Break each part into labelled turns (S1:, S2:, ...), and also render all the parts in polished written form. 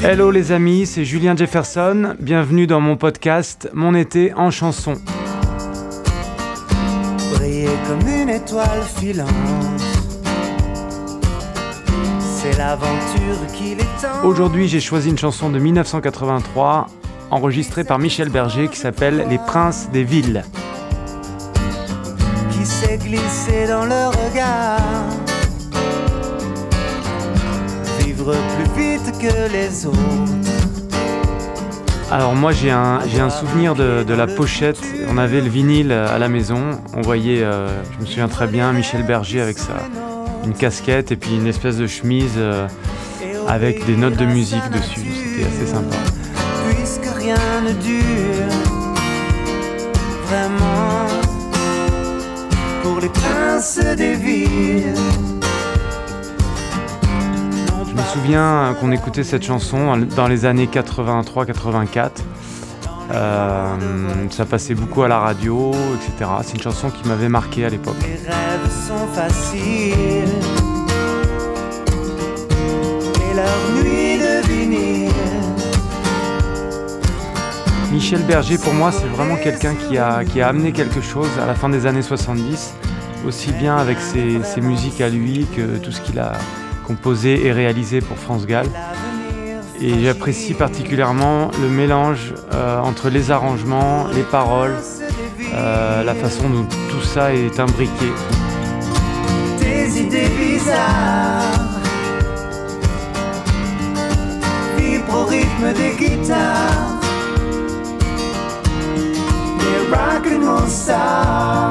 S1: Hello les amis, c'est Julien Jefferson, bienvenue dans mon podcast Mon été en chanson.
S2: Briller comme une étoile filante, c'est l'aventure qu'il est temps.
S1: Aujourd'hui j'ai choisi une chanson de 1983, enregistrée par Michel Berger, qui s'appelle Les Princes des Villes.
S2: Qui s'est glissé dans le regard, vivre plus vite que les autres.
S1: Alors moi j'ai un souvenir de la pochette. On avait le vinyle à la maison, on voyait, je me souviens très bien, Michel Berger avec une casquette et puis une espèce de chemise avec des notes de musique dessus, c'était assez sympa.
S2: Puisque rien ne dure vraiment pour les princes des villes.
S1: Je me souviens qu'on écoutait cette chanson dans les années 83-84. Ça passait beaucoup à la radio, etc. C'est une chanson qui m'avait marqué à l'époque.
S2: Les rêves sont faciles et leur nuit de vinyle.
S1: Michel Berger, pour moi, c'est vraiment quelqu'un qui a amené quelque chose à la fin des années 70, aussi bien avec ses musiques à lui que tout ce qu'il a composé et réalisé pour France Gall. Et j'apprécie particulièrement le mélange entre les arrangements, les paroles, la façon dont tout ça est imbriqué.
S2: Des idées bizarres vibrent au rythme des guitares, des rock'n'roll stars.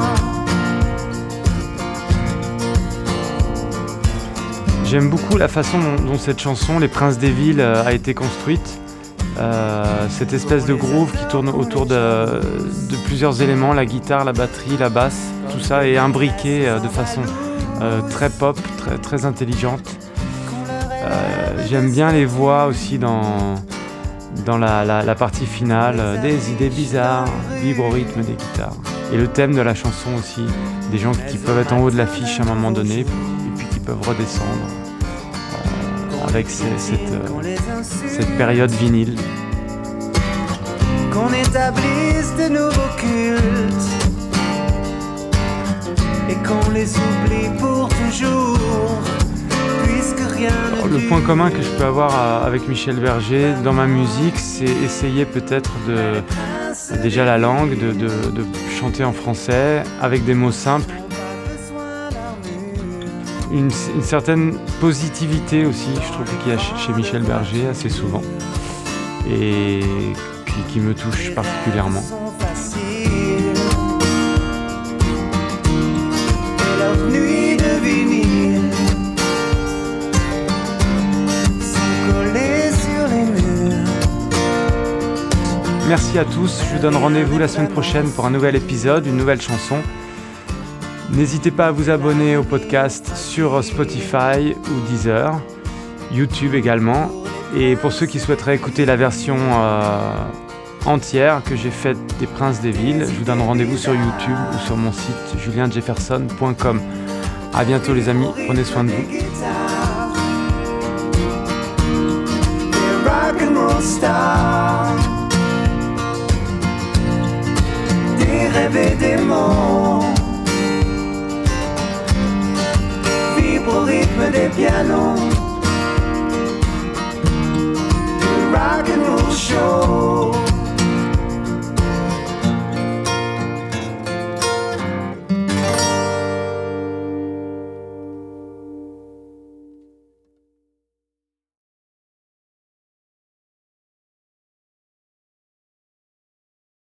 S1: J'aime beaucoup la façon dont cette chanson, Les Princes des Villes, a été construite. Cette espèce de groove qui tourne autour de plusieurs éléments, la guitare, la batterie, la basse, tout ça est imbriqué de façon très pop, très intelligente. J'aime bien les voix aussi dans la partie finale, des idées bizarres, vibrent au rythme des guitares. Et le thème de la chanson aussi, des gens qui peuvent être en haut de l'affiche à un moment donné, et puis qui peuvent redescendre avec cette période vinyle.
S2: Qu'on établisse de nouveaux cultes et qu'on les oublie pour toujours, puisque rien ne
S1: Le point commun que je peux avoir avec Michel Berger dans ma musique, c'est essayer peut-être déjà la langue, de chanter en français avec des mots simples. Une certaine positivité aussi, je trouve qu'il y a chez Michel Berger assez souvent et qui me touche particulièrement.
S2: Et leur nuit de vinyle sont collées sur les murs.
S1: Merci à tous, je vous donne rendez-vous la semaine prochaine pour un nouvel épisode, une nouvelle chanson. N'hésitez pas à vous abonner au podcast sur Spotify ou Deezer, YouTube également. Et pour ceux qui souhaiteraient écouter la version entière que j'ai faite des Princes des Villes, je vous donne rendez-vous sur YouTube ou sur mon site julienjefferson.com. À bientôt les amis, prenez soin de vous.
S2: Des rock'n'roll stars, des rêves et des mots, vibrent au rythme des pianos. The rock'n'roll show.